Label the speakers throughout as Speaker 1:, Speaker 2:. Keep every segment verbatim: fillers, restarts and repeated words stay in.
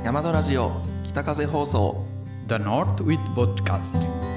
Speaker 1: 山戸ラジオ北風放送
Speaker 2: The North with Podcast。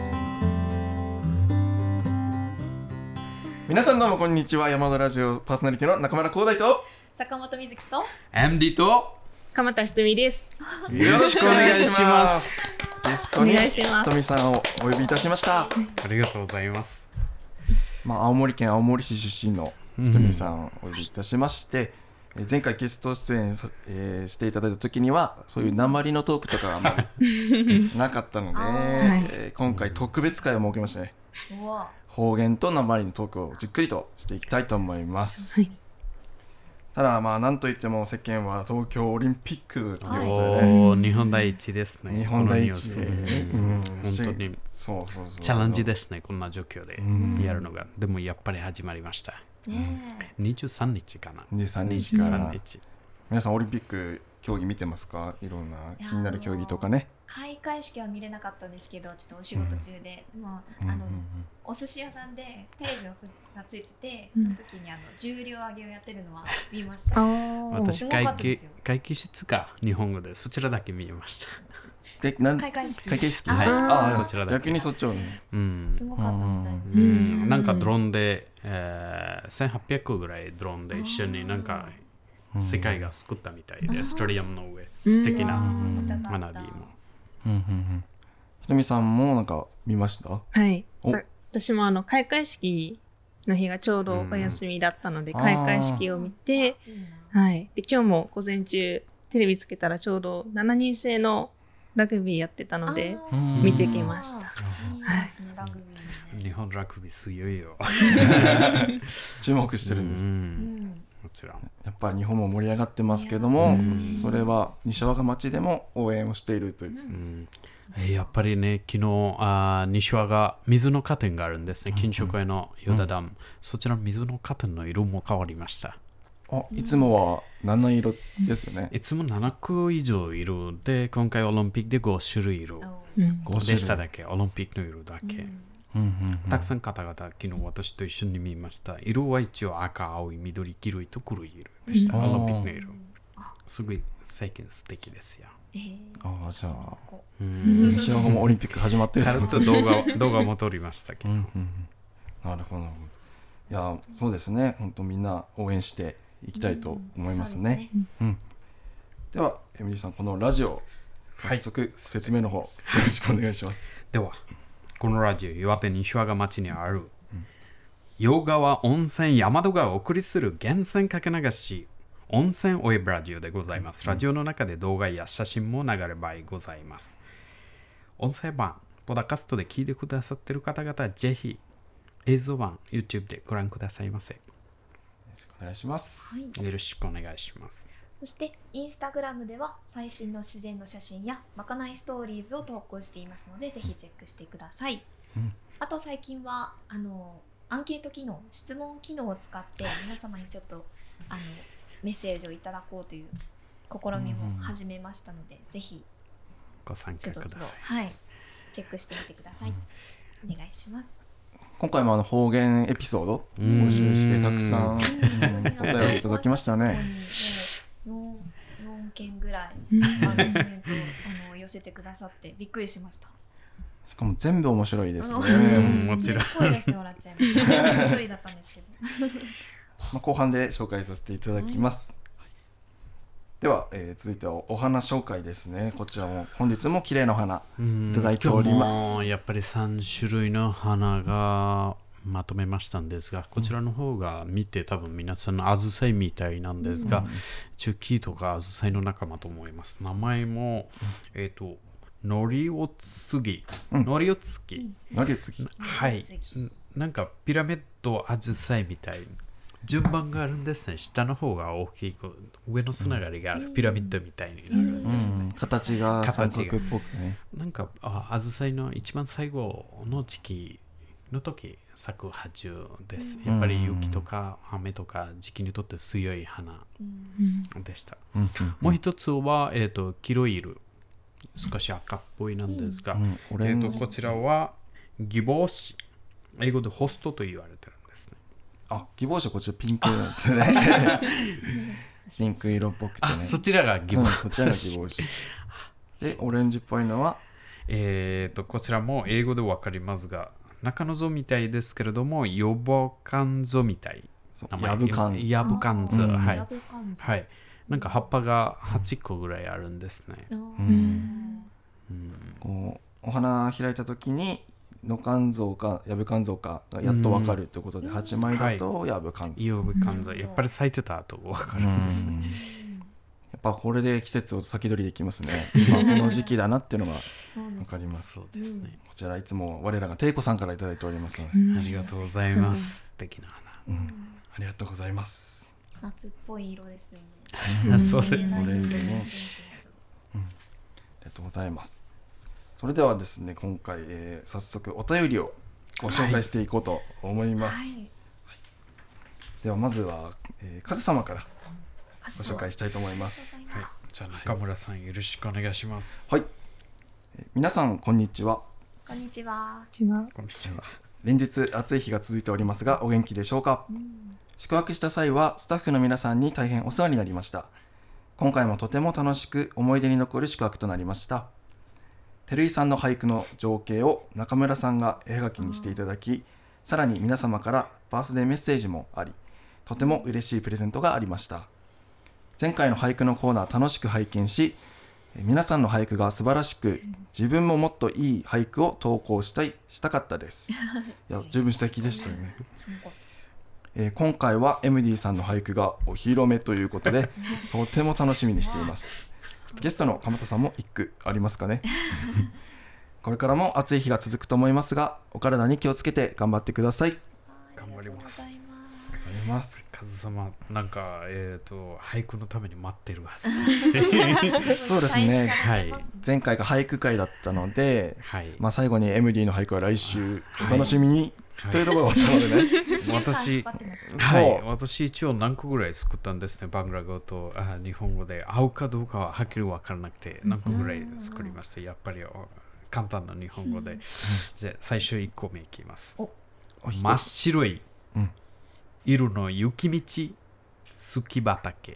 Speaker 1: 皆さんどうもこんにちは。山戸ラジオパーソナリティの中村光大と
Speaker 3: 坂本瑞希と
Speaker 2: エムディー と
Speaker 3: 鎌田ひとみです。
Speaker 1: よろしくお願いし
Speaker 2: お願
Speaker 1: ま
Speaker 2: いします
Speaker 1: ゲストに
Speaker 3: お願いします
Speaker 1: ひとみさんをお呼びいたしました。
Speaker 2: ありがとうございます。
Speaker 1: まあ、青森県青森市出身のひとみさんをお呼びいたしまして、えー前回ゲスト出演さ、えーしていただいた時にはそういう鉛のトークとかあんまりなかったので、えー今回特別会を設けましたね。
Speaker 3: うわ
Speaker 1: 方言と鉛のトークをじっくりとしていきたいと思います。
Speaker 3: はい
Speaker 1: ただまあなんといっても世間は東京オリンピックということでね、
Speaker 2: おー日本第一ですね。
Speaker 1: 日本第一
Speaker 2: このニュース
Speaker 1: うん
Speaker 2: うん本当に
Speaker 1: そうそうそう
Speaker 2: チャレンジですね。こんな状況で
Speaker 1: うん
Speaker 2: やるのが。でもやっぱり始まりました。
Speaker 3: ね
Speaker 2: にじゅうさんにちかな。
Speaker 1: にじゅうさんにちから
Speaker 2: にじゅうさんにち。
Speaker 1: 皆さんオリンピック競技見てますか？いろんな気になる競技とかね。
Speaker 3: 開会式は見れなかったんですけど、ちょっとお仕事中で、まあ、あのお寿司屋さんでテレビがついてて、その時にあの重量挙げをやってるのは見ました。
Speaker 2: 私
Speaker 3: すごか
Speaker 2: 会計
Speaker 3: ったですよ
Speaker 2: 会計室か日本語でそちらだけ見えました。
Speaker 1: えなん
Speaker 3: 開会式
Speaker 1: 開会式
Speaker 2: はい
Speaker 1: あ
Speaker 2: そちらだけ
Speaker 1: 逆にそっちをね
Speaker 2: うん
Speaker 3: すごかったみたいです
Speaker 2: う
Speaker 3: ね。
Speaker 2: んなんかドローンで、えーせんはっぴゃくぐらいドローンで一緒になんか世界が救ったみたいで、スタジアムの上素敵な学びも。
Speaker 1: うんうんうんひとみさんもなんか見ました？
Speaker 4: はい
Speaker 1: お。
Speaker 4: た私もあの開会式の日がちょうどお休みだったので、
Speaker 1: うん
Speaker 4: 開会式を見て、はい。で今日も午前中テレビつけたらちょうどしちにん制のラグビーやってたので
Speaker 1: うん
Speaker 4: 見てきました。
Speaker 3: いいですね、ラグビーね。
Speaker 2: 日本ラグビー強いよ。
Speaker 1: 注目してるんです。
Speaker 2: う
Speaker 3: うんん
Speaker 2: もちろん。
Speaker 1: やっぱり日本も盛り上がってますけども、
Speaker 2: うん
Speaker 1: それは西和賀町でも応援をしているという。
Speaker 2: うんえーやっぱりね、昨日あー西和が水のカーテンがあるんですね。金色へのヨダダム、そちらの水のカーテンの色も変わりました。
Speaker 1: あいつもは七色ですよね。
Speaker 2: いつもななこ以上いるで、今回オリンピックでごしゅるいいる
Speaker 4: うん
Speaker 1: ご種類
Speaker 2: でしただけ、オリンピックの色だけ。
Speaker 1: うんうんうん
Speaker 2: たくさん方々、昨日私と一緒に見ました。色は一応赤、青い、緑、黄色いと黒い色でした。
Speaker 1: うん
Speaker 2: オリンピックの色。すごい最近素敵ですよ。
Speaker 3: えー
Speaker 1: ああじゃあ
Speaker 3: こ
Speaker 2: うん
Speaker 1: 西和賀もオリンピック始まってるって
Speaker 2: 軽
Speaker 1: こと
Speaker 2: く動画動画も撮りましたけど。
Speaker 1: うんうんうんなるほどなるほど。いやそうですね。本当みんな応援していきたいと思いますね。うんではエミリーさんこのラジオ早速説明の方よろしくお願いします。
Speaker 2: では、このラジオ、岩手西和賀町にある、洋川温泉山戸がお送りする源泉かけ流し、温泉ウェブラジオでございます。ラジオの中で動画や写真も流れ場合ございます。音声版、ポダカストで聞いてくださっている方々、ぜひ映像版、YouTube でご覧くださいませ。
Speaker 1: よろしくお願いします。
Speaker 3: はい
Speaker 2: よろしくお願いします。
Speaker 3: そしてインスタグラムでは最新の自然の写真やまかないストーリーズを投稿していますので、ぜひチェックしてください。
Speaker 1: うん
Speaker 3: あと最近はあのアンケート機能、質問機能を使って皆様にちょっとあのメッセージをいただこうという試みも始めましたので、ぜひ
Speaker 2: ご参加
Speaker 3: ちょっと
Speaker 2: ください。
Speaker 3: はいチェックしてみてください。お願いします。
Speaker 1: 今回もあの方言エピソードを募集してたくさん、うん、お便りいただきましたね。
Speaker 3: よんけんぐらいあのコメントをあの寄せてくださってびっくりしました。
Speaker 1: しかも全部面白いですね。
Speaker 2: うんもちろん
Speaker 3: 声出してもらっちゃいました。一人だったんですけど。
Speaker 1: まあ、後半で紹介させていただきます。では、えー続いてはお花紹介ですね。こちらも本日も綺麗なお花
Speaker 2: うん
Speaker 1: いただいております
Speaker 2: 今日もやっぱりさんしゅるいの花がまとめましたんですが、こちらの方が見て多分皆さんのアジサイみたいなんですが、チュキとかアジサイの仲間と思います。名前も、えっ、と、ノリオツギ、ノリオツギ、
Speaker 1: のりつぎ
Speaker 2: はい、なんかピラミッドアジサイみたい。順番があるんですね。下の方が大きく、上のつながりがある、ピラミッドみたいになるんですね。
Speaker 1: うん、形が三
Speaker 2: 形が
Speaker 1: 角っぽくね。
Speaker 2: なんかあアジサイの一番最後の時期の時咲くはずです。やっぱり雪とか雨とか時期にとって強い花でした。
Speaker 1: うんうん
Speaker 2: もう一つは、えー、と黄色い色、少し赤っぽいなんですが、
Speaker 1: うんオレ
Speaker 2: え
Speaker 1: ンジ
Speaker 2: ー、とこちらはギボウシ、英語でホストと言われてるんですね。
Speaker 1: あ、希望者こっちらピンクなんですね。ピンク色っぽくてね。
Speaker 2: あ、そちらがギボウ
Speaker 1: うん、
Speaker 2: シ、
Speaker 1: こちらが希望者。 でオレンジっぽいのは
Speaker 2: えー、とこちらも英語でわかりますが、中の像みたいですけれども、ヨボカンゾみたい。
Speaker 1: ヤブカン
Speaker 2: ヤブカンゾ、
Speaker 1: うん
Speaker 2: はい
Speaker 3: ヤブカンゾ
Speaker 2: はい。なんか葉っぱがはちこぐらいあるんですね。
Speaker 3: うん
Speaker 2: うん
Speaker 1: こうお花開いた時に野肝臓かヤブ肝臓かがやっとわかるということで、はちまいだとヤブ肝臓、
Speaker 2: ヨブカンゾ、
Speaker 3: なるほど
Speaker 2: やっぱり咲いてたとわかる
Speaker 1: うん
Speaker 2: んですね。
Speaker 1: やっぱこれで季節を先取りできますね。まあこの時期だなっていうのが
Speaker 3: そうです
Speaker 1: わかります。
Speaker 2: そうですね。
Speaker 1: こちらいつも我らがテイコさんからいただいておりますので、
Speaker 2: ありがとうございます。素敵な
Speaker 1: うんありがとうございます。
Speaker 3: 夏っぽい色ですよね。
Speaker 2: 花。そうです。
Speaker 1: オレンジねありがとうございます。それではですね、今回、えー早速お便りをご紹介していこうと思います。
Speaker 3: はい。
Speaker 1: ではまずは、えー、カズ様から
Speaker 3: ご
Speaker 1: ご紹介したいと思います。
Speaker 2: はい。じゃあ中村さん、よろしくお願いします。
Speaker 1: はい、えー皆さんこんにちは。
Speaker 3: こんにちは。
Speaker 4: ちは。
Speaker 2: こんにちは。
Speaker 1: 連日暑い日が続いておりますがお元気でしょうか。宿泊した際はスタッフの皆さんに大変お世話になりました。今回もとても楽しく思い出に残る宿泊となりました。照井さんの俳句の情景を中村さんが絵描きにしていただき、さらに皆様からバースデーメッセージもあり、とても嬉しいプレゼントがありました。前回の俳句のコーナー楽しく拝見し、皆さんの俳句が素晴らしく、自分ももっといい俳句を投稿したいしたかったです。いや十分素敵でしたよね。
Speaker 3: すごい。
Speaker 1: えー今回は エムディー さんの俳句がお披露目ということでとても楽しみにしています。ゲストの鎌田さんも一句ありますかね。これからも暑い日が続くと思いますが、お体に気をつけて頑張ってください。
Speaker 2: 頑張ります。
Speaker 1: ありがとうございます。
Speaker 2: カズ様、なんか、えっ、と、俳句のために待ってるはずです。
Speaker 1: そうですね
Speaker 2: はい
Speaker 1: 前回が俳句会だったので、
Speaker 2: はい。
Speaker 1: まあ、最後に エムディー の俳句は来週
Speaker 2: はい
Speaker 1: お楽しみに、
Speaker 2: はい
Speaker 1: というところがあったのでね。
Speaker 2: 私
Speaker 1: そう
Speaker 2: はい、私一応何個ぐらい作ったんですね。バングラ語とあ日本語で合うかどうかははっきり分からなくて何個ぐらい作りました。やっぱりお簡単な日本語で。じゃあ最初いっこめいきます。
Speaker 3: お
Speaker 1: お一つ
Speaker 2: 真っ白い
Speaker 1: うん
Speaker 2: 色の雪道、すき畑。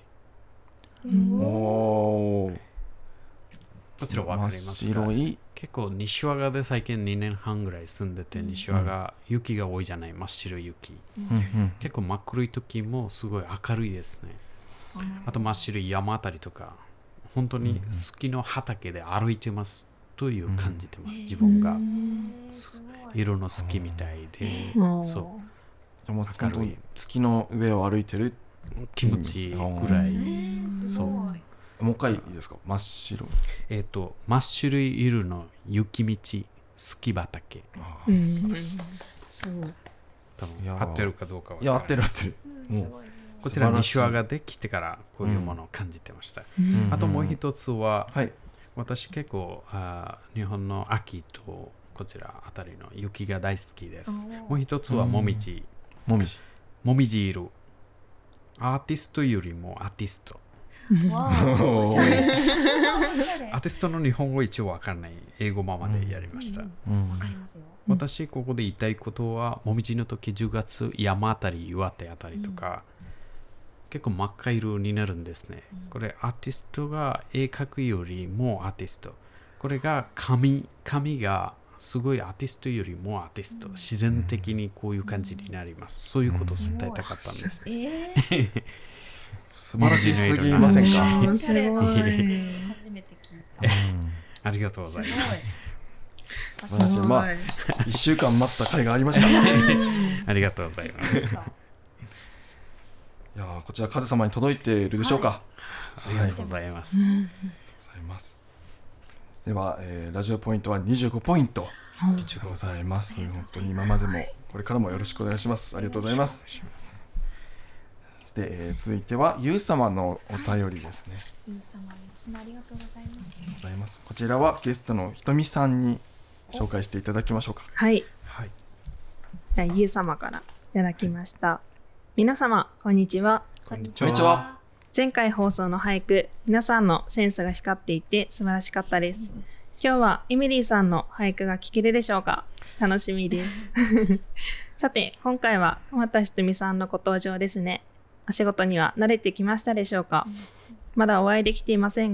Speaker 1: おー
Speaker 2: こちら分かりますか？
Speaker 1: 真っ白い
Speaker 2: 結構西和賀で最近にねんはんぐらい住んでて、西和賀雪が多いじゃない、真っ白い雪。
Speaker 1: うんうん
Speaker 2: 結構真っ黒い時もすごい明るいですね。あと真っ白い山あたりとか、本当に好きの畑で歩いてますという感じてます、自分が。
Speaker 3: すごい。
Speaker 2: 色の好きみたいで、
Speaker 4: うん
Speaker 2: そ
Speaker 1: でも
Speaker 2: 明
Speaker 1: 本当
Speaker 2: るい
Speaker 1: に月の上を歩いてる。
Speaker 2: う、気持ちいいぐらい。
Speaker 3: えーすごい。
Speaker 1: もう一回いいですか。真っ白い。
Speaker 2: えっ、と、真っ白い色の雪道、すき畑。
Speaker 1: あー
Speaker 4: うん
Speaker 1: 素晴らしい
Speaker 4: そう。
Speaker 2: 多分
Speaker 1: いやー
Speaker 2: 合ってるかどうかは。
Speaker 1: いや合ってる合ってる。もう
Speaker 3: うんすごいね。
Speaker 2: こちら
Speaker 1: 素晴らしい
Speaker 2: 西和賀で来てからこういうものを感じてました。
Speaker 4: うん
Speaker 2: あともう一つは、
Speaker 1: はい。
Speaker 2: 私結構あー日本の秋とこちらあたりの雪が大好きです。
Speaker 3: おー
Speaker 2: もう一つはもみじ。
Speaker 1: もみじ。
Speaker 2: もみじ色。アーティストよりもアーティスト。
Speaker 3: わあ、おしゃれ。おしゃれ。
Speaker 2: アーティストの日本語一応わからない。英語ままでやりました。
Speaker 1: うん
Speaker 3: わかりますよ。
Speaker 2: 私ここで言いたいことは、もみじの時じゅうがつ山あたり、岩手あたりとか、結構真っ赤色になるんですね。これアーティストが絵描くよりもアーティスト。これが紙、紙がすごいアーティストよりもアーティスト。自然的にこういう感じになります。そういうことを伝えたかったんです。
Speaker 3: ええ。
Speaker 1: 素晴らしすぎませんか。
Speaker 4: うんすごい。
Speaker 3: 初めて聞いた。
Speaker 2: ありがとうございます。
Speaker 3: す
Speaker 1: 素晴らしい。まあ一週間待った甲斐がありました。い
Speaker 2: ありがとうございます。
Speaker 1: やーこちらカズ様に届いているでしょうか。
Speaker 2: ありがとうございます。
Speaker 1: ありがとうございます。では、えーラジオポイントはにじゅうごポイントでございます。本当に今までもこれからもよろしくお願いします。ありがとうございます。そして、えー続いてはゆう様のお便りですね。
Speaker 3: ゆう様いつもありがとうございます。
Speaker 1: ございます。こちらはゲストのひとみさんに紹介していただきましょうか。
Speaker 4: はい。
Speaker 2: はい。
Speaker 4: じゃあゆう様からいただきました。皆様、こんにちは。
Speaker 2: こんにち
Speaker 1: こんにちは。
Speaker 4: 前回放送の俳句、皆さんのセンスが光っていて素晴らしかったです。今日はエミリーさんの俳句が聞けるでしょうか？楽しみです。さて、今回は鎌田ひとみさんのご登場ですね。お仕事には慣れてきましたでしょうか？まだお会いできていませんが、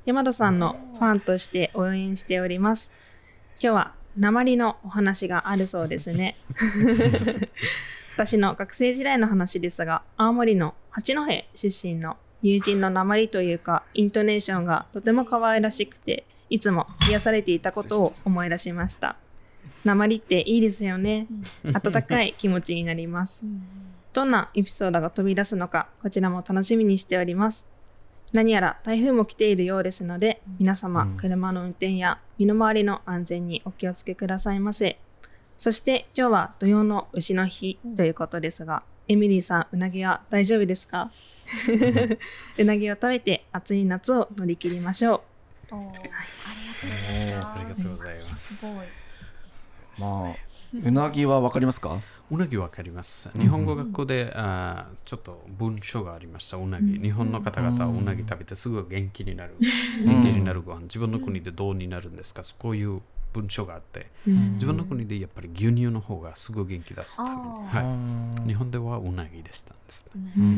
Speaker 4: 山戸さんのファンとして応援しております。今日は訛りのお話があるそうですね。私の学生時代の話ですが、青森の八戸出身の友人の訛りというかイントネーションがとても可愛らしくて、いつも癒されていたことを思い出しました。訛りっていいですよね。温かい気持ちになります。どんなエピソードが飛び出すのか、こちらも楽しみにしております。何やら台風も来ているようですので、皆様、車の運転や身の回りの安全にお気をつけくださいませ。そして今日は土用の丑の日ということですが、エミリーさん、うなぎは大丈夫ですか？うなぎを食べて暑い夏を乗り切りましょう。
Speaker 3: おー、
Speaker 2: あ
Speaker 3: ありがとうございます。
Speaker 2: りがとうございます。
Speaker 3: すごい。
Speaker 1: まあうなぎはわかりますか？
Speaker 2: うなぎわかります。日本語学校で、あちょっと文章がありました。うなぎ。日本の方々はうなぎ食べてすぐ元気になる。元気になるご飯。自分の国でどうになるんですか？こういう文章があって、自分の国でやっぱり牛乳の方がすぐ元気出すために、はい、日本ではうなぎでしたんです、ね
Speaker 1: うんうん、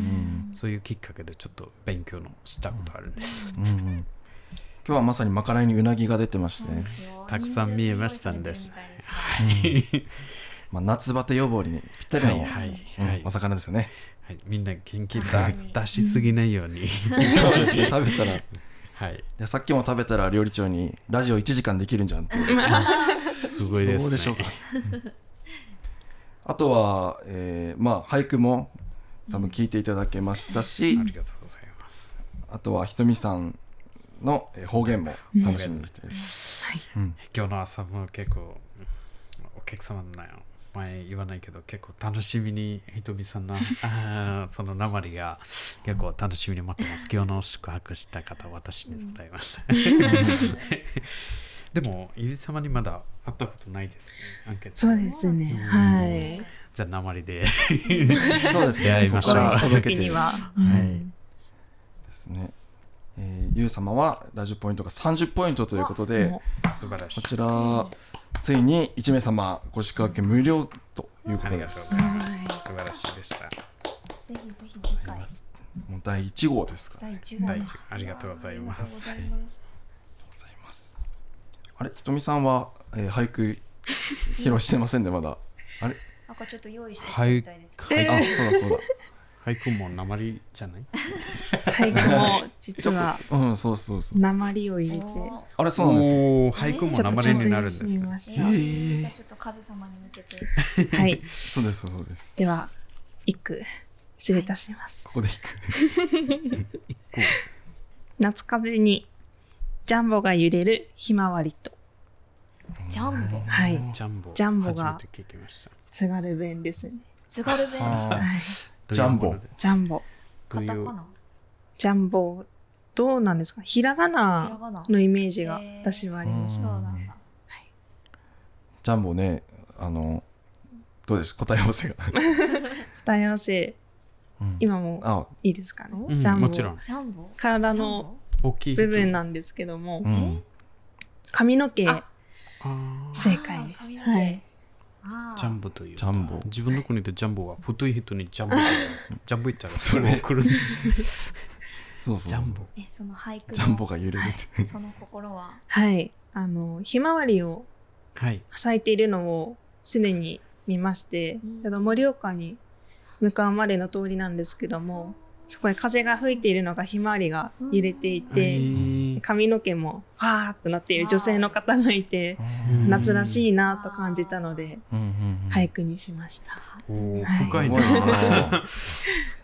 Speaker 2: そういうきっかけでちょっと勉強のしたことあるんです、
Speaker 1: うんうん、今日はまさにまかないにうなぎが出てましてね、
Speaker 2: たくさん見えましたんです。
Speaker 1: はい、まあ、夏バテ予防にぴったりの、
Speaker 2: はいはい
Speaker 1: うん
Speaker 2: はい、
Speaker 1: お魚ですよね、
Speaker 2: はい、みんな元気だ出しすぎないように
Speaker 1: そうですね、食べたらはい、いやさっきも食べたら料理長にラジオいちじかんできるんじゃんって
Speaker 2: すごいですね。
Speaker 1: どうでしょうか。あとは、えー、まあ俳句も多分聞いていただけましたし、
Speaker 2: ありがとうございます。
Speaker 1: あとはひとみさんの方言も楽しみにしている、
Speaker 2: うん、今日の朝も結構お客様の前言わないけど結構楽しみにひとみさんのあその訛りが結構楽しみに待ってます。今日の宿泊した方私に伝えました、うん、でもゆり様にまだ会ったことないですね。アンケート
Speaker 4: そうですね、うん、はい。
Speaker 2: じゃあ訛りで
Speaker 1: そうですね、
Speaker 2: 会いましょう。
Speaker 1: そこから届けて
Speaker 4: は、
Speaker 1: うん、はいですね。えー、ゆう様はラジオポイントがさんじゅうポイントということで、
Speaker 2: 素晴らしい。
Speaker 1: こちらついにいち名様ご宿泊無料ということです。
Speaker 2: 素晴らしいでした。ぜ
Speaker 3: ひぜひ次回
Speaker 1: もうだいいち号ですから、
Speaker 3: ね、だいいち号
Speaker 2: ありがとうございます。
Speaker 3: ありがとうございます。
Speaker 1: あれひとみさんは、えー、俳句披露してませんねまだ。あれ
Speaker 3: なんかちょっと用意してみたいです
Speaker 1: ね。あ、そうだそうだ。
Speaker 2: 俳句も訛りじゃない？
Speaker 4: 俳句も実は
Speaker 1: うんそうそうそう。
Speaker 4: 訛りを入れて。
Speaker 1: あれそうなんですよ。
Speaker 2: 俳句も訛りになるんですね。
Speaker 3: えー、じゃあちょっとカズ様に向けて。
Speaker 4: はい。
Speaker 1: そうですそうです。
Speaker 4: では一句失礼いたします。
Speaker 1: ここで一句。
Speaker 4: 夏風にジャンボが揺れるひまわりと。
Speaker 3: ジャンボ。
Speaker 4: はい。
Speaker 2: ジャンボ。
Speaker 4: ジャンボが
Speaker 2: 初めて聞きました。
Speaker 4: 津軽弁ですね。
Speaker 3: 津軽弁。
Speaker 4: はい。
Speaker 1: ジャンボ。
Speaker 4: ジャンボ。
Speaker 3: カタカナ。
Speaker 4: ジャンボどうなんですか。ひらがなのイメージが私はあります。
Speaker 3: そうなんだ。はい。
Speaker 1: ジャンボね、あのどうです答え合わせが。
Speaker 4: 答え合わせ、うん、今もいいですかね。
Speaker 2: うん、
Speaker 4: ジャンボ。
Speaker 2: もちろん。
Speaker 4: 体の部分なんですけども、
Speaker 1: うん、
Speaker 4: 髪の毛正解です。はい。
Speaker 2: ジャンボという
Speaker 1: ジャンボ
Speaker 2: 自分の国でジャンボは太い人にジャンボジャンボ言ったらそれ来るんです
Speaker 1: そうそう
Speaker 2: ジャンボ
Speaker 3: えその俳句
Speaker 1: ジャンボが揺れるって
Speaker 3: その心は
Speaker 4: はいあのひまわりを咲いているのをすでに見まして、ちょうど盛岡に向かうまでの通りなんですけども、そこで風が吹いているのがひまわりが揺れていて、うん、髪の毛もファーっとなっている女性の方がいて、夏らしいなと感じたので、うんうんうん、俳句にしました。
Speaker 2: おー、深いな、
Speaker 1: はい、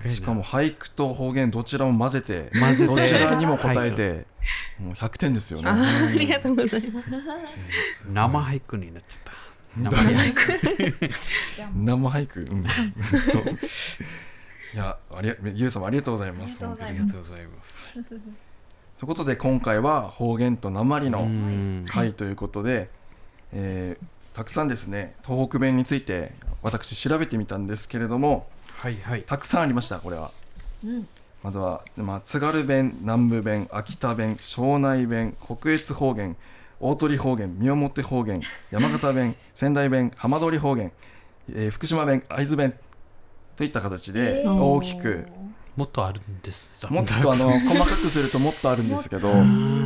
Speaker 1: しかも俳句と方言どちらも混ぜて混ぜてどちらにも答えてもうひゃくてんですよね。
Speaker 4: あ, ありがとうございます。
Speaker 2: 生俳句になっちゃった生俳句
Speaker 1: 生俳句、うん、そういや、ありゆうさんもありがとうございます。
Speaker 2: ありがとうございます。
Speaker 1: ということで今回は方言と訛りの回ということで、えー、たくさんですね東北弁について私調べてみたんですけれども、
Speaker 2: はいはい、
Speaker 1: たくさんありました。これは、うん、まずは、まあ、津軽弁、南部弁、秋田弁、庄内弁、北越方言、大鳥方言、三表方言、山形弁、仙台弁、浜通り方言、えー、福島弁、会津弁といった形で大きく、
Speaker 2: もっとあるんです。
Speaker 1: もっとあの細かくするともっとあるんですけど、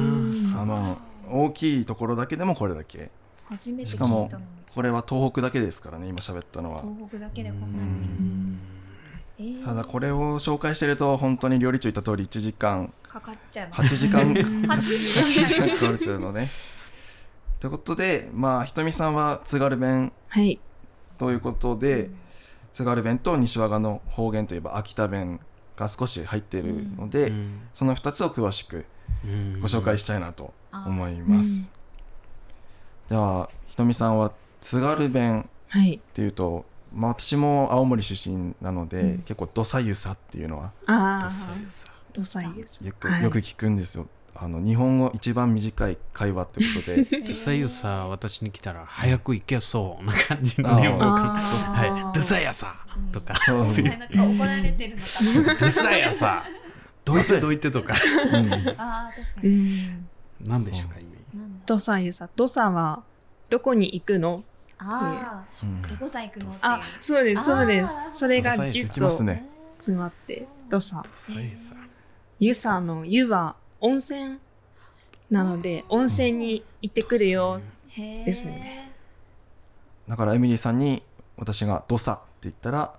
Speaker 1: あの大きいところだけでもこれだけ。
Speaker 3: 初めて聞い
Speaker 1: しかも
Speaker 3: たのに
Speaker 1: これは東北だけですからね、今喋ったのは。
Speaker 3: 東北だけでこんなに、えー
Speaker 1: ただこれを紹介してると本当に料理長言った通りいちじかん
Speaker 3: かかっちゃいます
Speaker 1: はちじかん
Speaker 3: はちじかん
Speaker 1: はちじかんかかっちゃうのね。ということで、まあひとみさんは津軽弁
Speaker 4: はい。
Speaker 1: ということで、津軽弁と西和賀の方言といえば秋田弁が少し入っているので、
Speaker 2: うん
Speaker 1: そのふたつを詳しく
Speaker 2: うん
Speaker 1: ご紹介したいなと思います。ではひとみさんは津軽弁
Speaker 4: はい。
Speaker 1: っていうと、まあ、私も青森出身なので、
Speaker 4: うん
Speaker 1: 結構どさゆさっていうのは
Speaker 4: ああ、
Speaker 2: さ
Speaker 4: どさいです。
Speaker 1: よく,、
Speaker 4: はい
Speaker 1: よく聞くんですよ。あの日本語一番短い会話ってことで
Speaker 2: ドサユさ私に来たら早く行けそうな感じの日本語かな。
Speaker 4: あー
Speaker 2: はい、ドサヤさとか、
Speaker 1: そう
Speaker 2: そういう
Speaker 3: なんか怒られてるのかな
Speaker 2: ドサヤさどいてどいてとか、
Speaker 1: うん
Speaker 3: あー確か
Speaker 4: う
Speaker 3: に、
Speaker 4: ん。
Speaker 2: なんでしょうか意味。
Speaker 3: なんだ
Speaker 4: どさゆさ。どさはどこに行くの？
Speaker 3: あ
Speaker 1: うん
Speaker 3: あどこさ行くのっていう
Speaker 4: あ、そうです、そうです
Speaker 3: あ。ー
Speaker 4: それがギュ
Speaker 1: 行
Speaker 4: ッと
Speaker 1: きますね。
Speaker 4: 詰まって、どさ。
Speaker 2: ドサヤさ
Speaker 4: ゆさのゆは温泉なので、温泉に行ってくるよ。
Speaker 3: へー
Speaker 4: ですね
Speaker 1: だからエミリーさんに私がどさって言ったら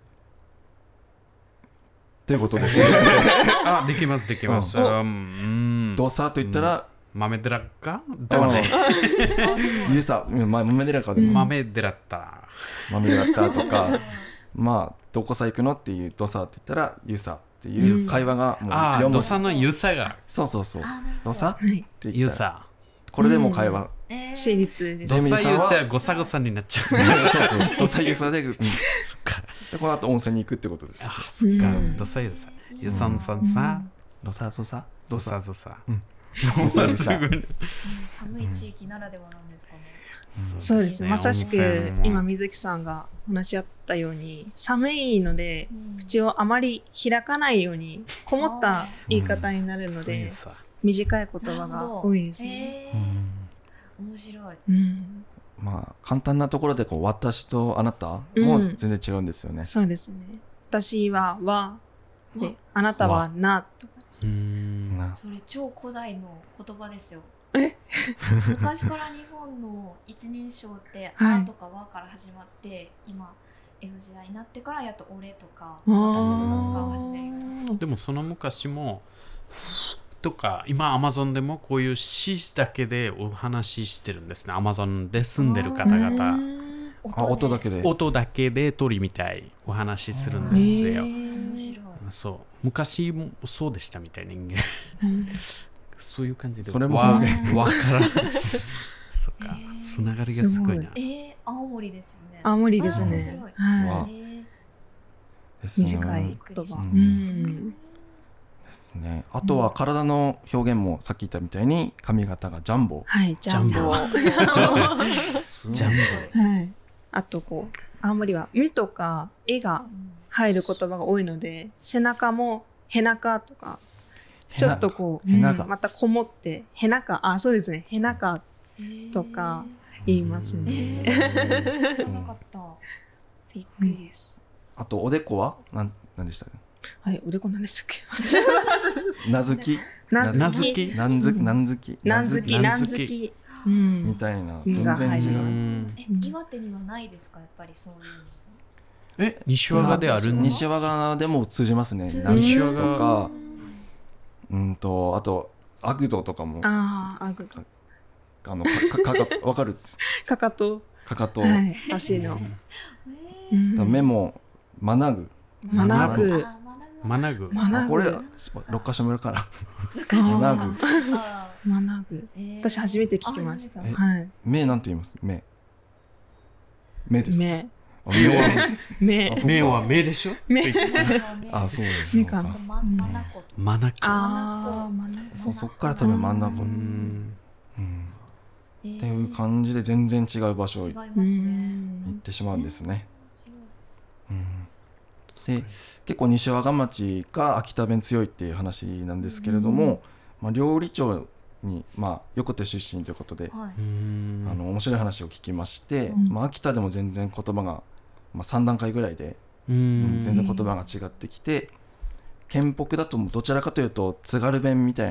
Speaker 1: ということですね。
Speaker 2: あ、できますできます。
Speaker 4: うん
Speaker 2: うん。
Speaker 1: どさと言ったら、
Speaker 2: 豆寺かではない。
Speaker 1: ゆさ、ま豆寺かでも
Speaker 2: 豆寺った。
Speaker 1: 豆寺ったとか、まあどこさ行くのっていうどさって言ったらゆさっていう会話がもう
Speaker 2: ああ、
Speaker 1: 読む
Speaker 2: ドサのゆさが
Speaker 1: そうそうそう
Speaker 3: あーなるほど
Speaker 1: どさって
Speaker 4: はい。
Speaker 1: 言ったら
Speaker 2: ゆさ。
Speaker 1: これでもう会話、
Speaker 3: えー
Speaker 4: 成立です
Speaker 2: ド。サ
Speaker 1: エミリーさんは
Speaker 2: ゆさごさごさになっちゃう。
Speaker 1: そうそうどさゆさで、うん、で
Speaker 2: そっか。
Speaker 1: この後温泉に行くってことです。
Speaker 2: あ、そっか
Speaker 4: う。ん
Speaker 2: ドサゆさ。ゆさんさんさ。
Speaker 1: どさどさど
Speaker 2: ド
Speaker 1: さ
Speaker 2: サドサ。
Speaker 1: どさゆさ
Speaker 3: うん寒い地域ならではなんですかね、
Speaker 4: そうですね。まさしく
Speaker 2: 温泉も
Speaker 4: 今水木さんが話し合ったように、寒いので
Speaker 3: うん
Speaker 4: 口をあまり開かないようにこもった言い方になるので
Speaker 2: ドサゆ、さ。
Speaker 4: 短い言葉
Speaker 3: なるほど
Speaker 4: が多いですね。
Speaker 3: えー
Speaker 1: うん
Speaker 3: 面白い
Speaker 4: うん、
Speaker 1: まあ簡単なところでこう私とあなた
Speaker 4: うん
Speaker 1: も全然違うんですよね。
Speaker 4: そうですね。私は和で、あなたはなとかです
Speaker 2: う。ん。
Speaker 1: な
Speaker 3: それ超古代の言葉ですよ
Speaker 4: え
Speaker 3: 昔から日本の一人称って「
Speaker 4: はい
Speaker 3: あ」とか「わ」から始まって今江戸時代になってからやっと「俺」とか「
Speaker 4: あ
Speaker 3: 私」とか使い始めるようになっ
Speaker 2: でもその昔もとか今アマゾンでもこういう詩だけでお話ししてるんですね。アマゾンで住んでる方
Speaker 4: う
Speaker 2: 々
Speaker 4: ん
Speaker 1: あ音だけで
Speaker 2: 音だけで鳥みたいお話しするん
Speaker 4: へ
Speaker 2: ですよ。
Speaker 4: ー
Speaker 3: 面白い
Speaker 2: そう昔もそうでしたみたい人間
Speaker 4: うん
Speaker 2: そういう感じで
Speaker 1: それも
Speaker 2: わ
Speaker 1: 方言
Speaker 2: わからんそっか
Speaker 3: へー
Speaker 2: つながりがすごいな。
Speaker 3: えー、青森ですよね
Speaker 4: 青森ですね
Speaker 3: あー面白い。
Speaker 4: は
Speaker 1: わ
Speaker 3: えー
Speaker 1: ですね
Speaker 4: 短い
Speaker 3: びっくりした
Speaker 1: う
Speaker 4: い。うん。
Speaker 1: ですね。あとは体の表現もさっき言ったみたいに髪型がジャンボ。
Speaker 4: はい、ジャンボ。
Speaker 2: ジャンボ
Speaker 4: は
Speaker 2: ジャン
Speaker 4: い。あとこう、青森は、んとか、えが入る言葉が多いので、背中も、へなかとか、ちょっとこう、
Speaker 1: へなか
Speaker 4: うんまたこもって、へなか、あ、そうですね、へなかとか言います
Speaker 3: え
Speaker 4: ね。
Speaker 3: ー、知らなかったびっくりです
Speaker 1: あとおでこはなんなんでしたっ
Speaker 4: あれ、おでこなんですっけ
Speaker 1: け？なずき、
Speaker 4: な
Speaker 2: なずき
Speaker 1: なんずなんずき、
Speaker 4: なんずき、なん
Speaker 2: なんずき
Speaker 4: ずき。うん
Speaker 1: みたいな
Speaker 4: うん
Speaker 1: 全然違
Speaker 4: が入りま
Speaker 1: う。
Speaker 2: うん
Speaker 3: え岩手にはないですかやっぱりそういうの
Speaker 2: え西和賀であるん
Speaker 1: 西和賀でも通じますね。
Speaker 3: 通じる
Speaker 1: なんずき
Speaker 2: 西和
Speaker 1: と
Speaker 2: 賀
Speaker 1: か、うんとあとアグドとかも
Speaker 4: ああ、あぐ、
Speaker 1: あのかかかかわかるです。
Speaker 4: かかと、
Speaker 1: かかと、
Speaker 4: はい、足の。
Speaker 3: え
Speaker 4: うん
Speaker 1: 目もまなぐ。
Speaker 4: まなぐ。
Speaker 3: あ
Speaker 2: まなぐ
Speaker 4: まなぐ。
Speaker 1: あこれ六箇所目から
Speaker 3: 昔
Speaker 1: まなぐ。
Speaker 3: あ
Speaker 4: まなぐ。
Speaker 3: えー
Speaker 4: 私初めて聞きました。
Speaker 1: あ初めて
Speaker 4: はい。
Speaker 1: 目なんて言います目。目ですか。
Speaker 4: 目。
Speaker 1: あ目は
Speaker 4: 目
Speaker 1: あ。そう
Speaker 2: 目は目でしょ
Speaker 4: 目。
Speaker 1: あそうです。
Speaker 4: 目かな
Speaker 1: そう
Speaker 3: ままなこ
Speaker 2: まなく
Speaker 4: ああ、まなぐ。
Speaker 1: そうそっから多分真ん中
Speaker 2: う
Speaker 1: に、
Speaker 2: ん
Speaker 1: うん
Speaker 3: えー
Speaker 1: っていう感じで全然違う場所に
Speaker 3: 違います
Speaker 4: う
Speaker 3: ね
Speaker 4: ん
Speaker 1: 行ってしまうんですね。
Speaker 3: そう
Speaker 1: うんで結構西和賀町が秋田弁強いっていう話なんですけれども、まあ、料理長に、まあ、横手出身ということで、
Speaker 3: はい
Speaker 2: うん
Speaker 1: あの面白い話を聞きまして、
Speaker 4: うん
Speaker 1: まあ、秋田でも全然言葉が、まあ、さん段階ぐらいで、
Speaker 2: う
Speaker 1: うん
Speaker 2: ん
Speaker 1: 全然言葉が違ってきて県北だとどちらかというと津軽弁みたいな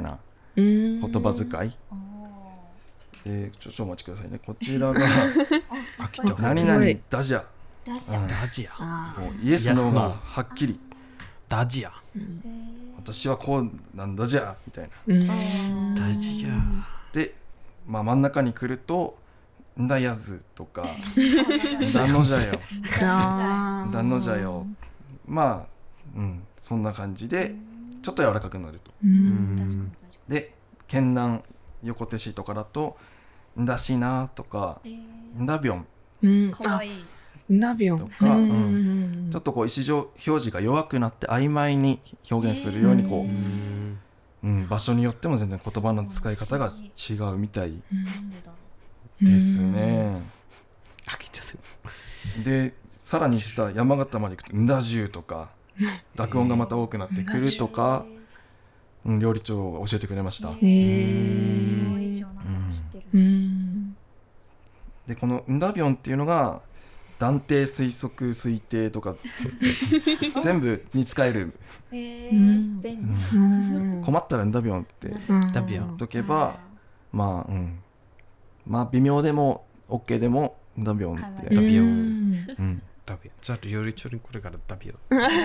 Speaker 4: 言
Speaker 1: 言葉遣い
Speaker 3: あ
Speaker 1: で、ちょっとお待ちくださいね。こちらが
Speaker 3: ーあ
Speaker 2: 秋田
Speaker 1: 何
Speaker 4: すごい
Speaker 1: 々だじゃ、
Speaker 3: ダジャ
Speaker 1: うん
Speaker 2: ダジア
Speaker 4: あ
Speaker 1: もうイエスのがはっきり、
Speaker 2: ダジア
Speaker 4: ー
Speaker 3: へー
Speaker 1: 私はこうなんだじゃみたいな。
Speaker 4: うん
Speaker 3: あー
Speaker 2: ダジア
Speaker 1: で、まあ、真ん中に来るとんだやずとか
Speaker 3: あ
Speaker 1: だのじゃよ
Speaker 4: あー
Speaker 1: だのじゃよ、まあ、うん、そんな感じでちょっと柔らかくなると。
Speaker 4: う
Speaker 2: うんん
Speaker 3: 確かに確か
Speaker 1: で、県南横手市とかだとんだしなとか
Speaker 3: にえ
Speaker 1: んだびょん、
Speaker 4: うん
Speaker 3: ーかわいい
Speaker 4: あナビオン
Speaker 1: とか
Speaker 4: うん
Speaker 1: ちょっとこう意思表示が弱くなって曖昧に表現するようにこ
Speaker 2: う
Speaker 1: う、
Speaker 2: ん
Speaker 1: うん、場所によっても全然言葉の使い方が違うみたい
Speaker 3: なんでだろ
Speaker 1: ですね。
Speaker 2: 秋田で
Speaker 1: で、さらに下山形まで行くとんだじゅうとか濁音がまた多くなってくるとか、うん、料理長が教えてくれました。
Speaker 4: へ
Speaker 3: う
Speaker 4: え
Speaker 3: 料理長なんだか知ってる
Speaker 4: うん
Speaker 1: で、このんだびょんっていうのが断定推測推定とか全部に使える、
Speaker 3: へ
Speaker 4: うん
Speaker 3: ー便利
Speaker 4: うん
Speaker 1: 困ったらんだびょんって
Speaker 4: うん
Speaker 2: ダビオン
Speaker 1: 言っとけば、まあ、うん、まあ微妙でも OK でもんだびょんって、
Speaker 3: はい
Speaker 2: ダビオン
Speaker 1: うん、
Speaker 2: ダビオンじゃあ料理長にこれからダビオン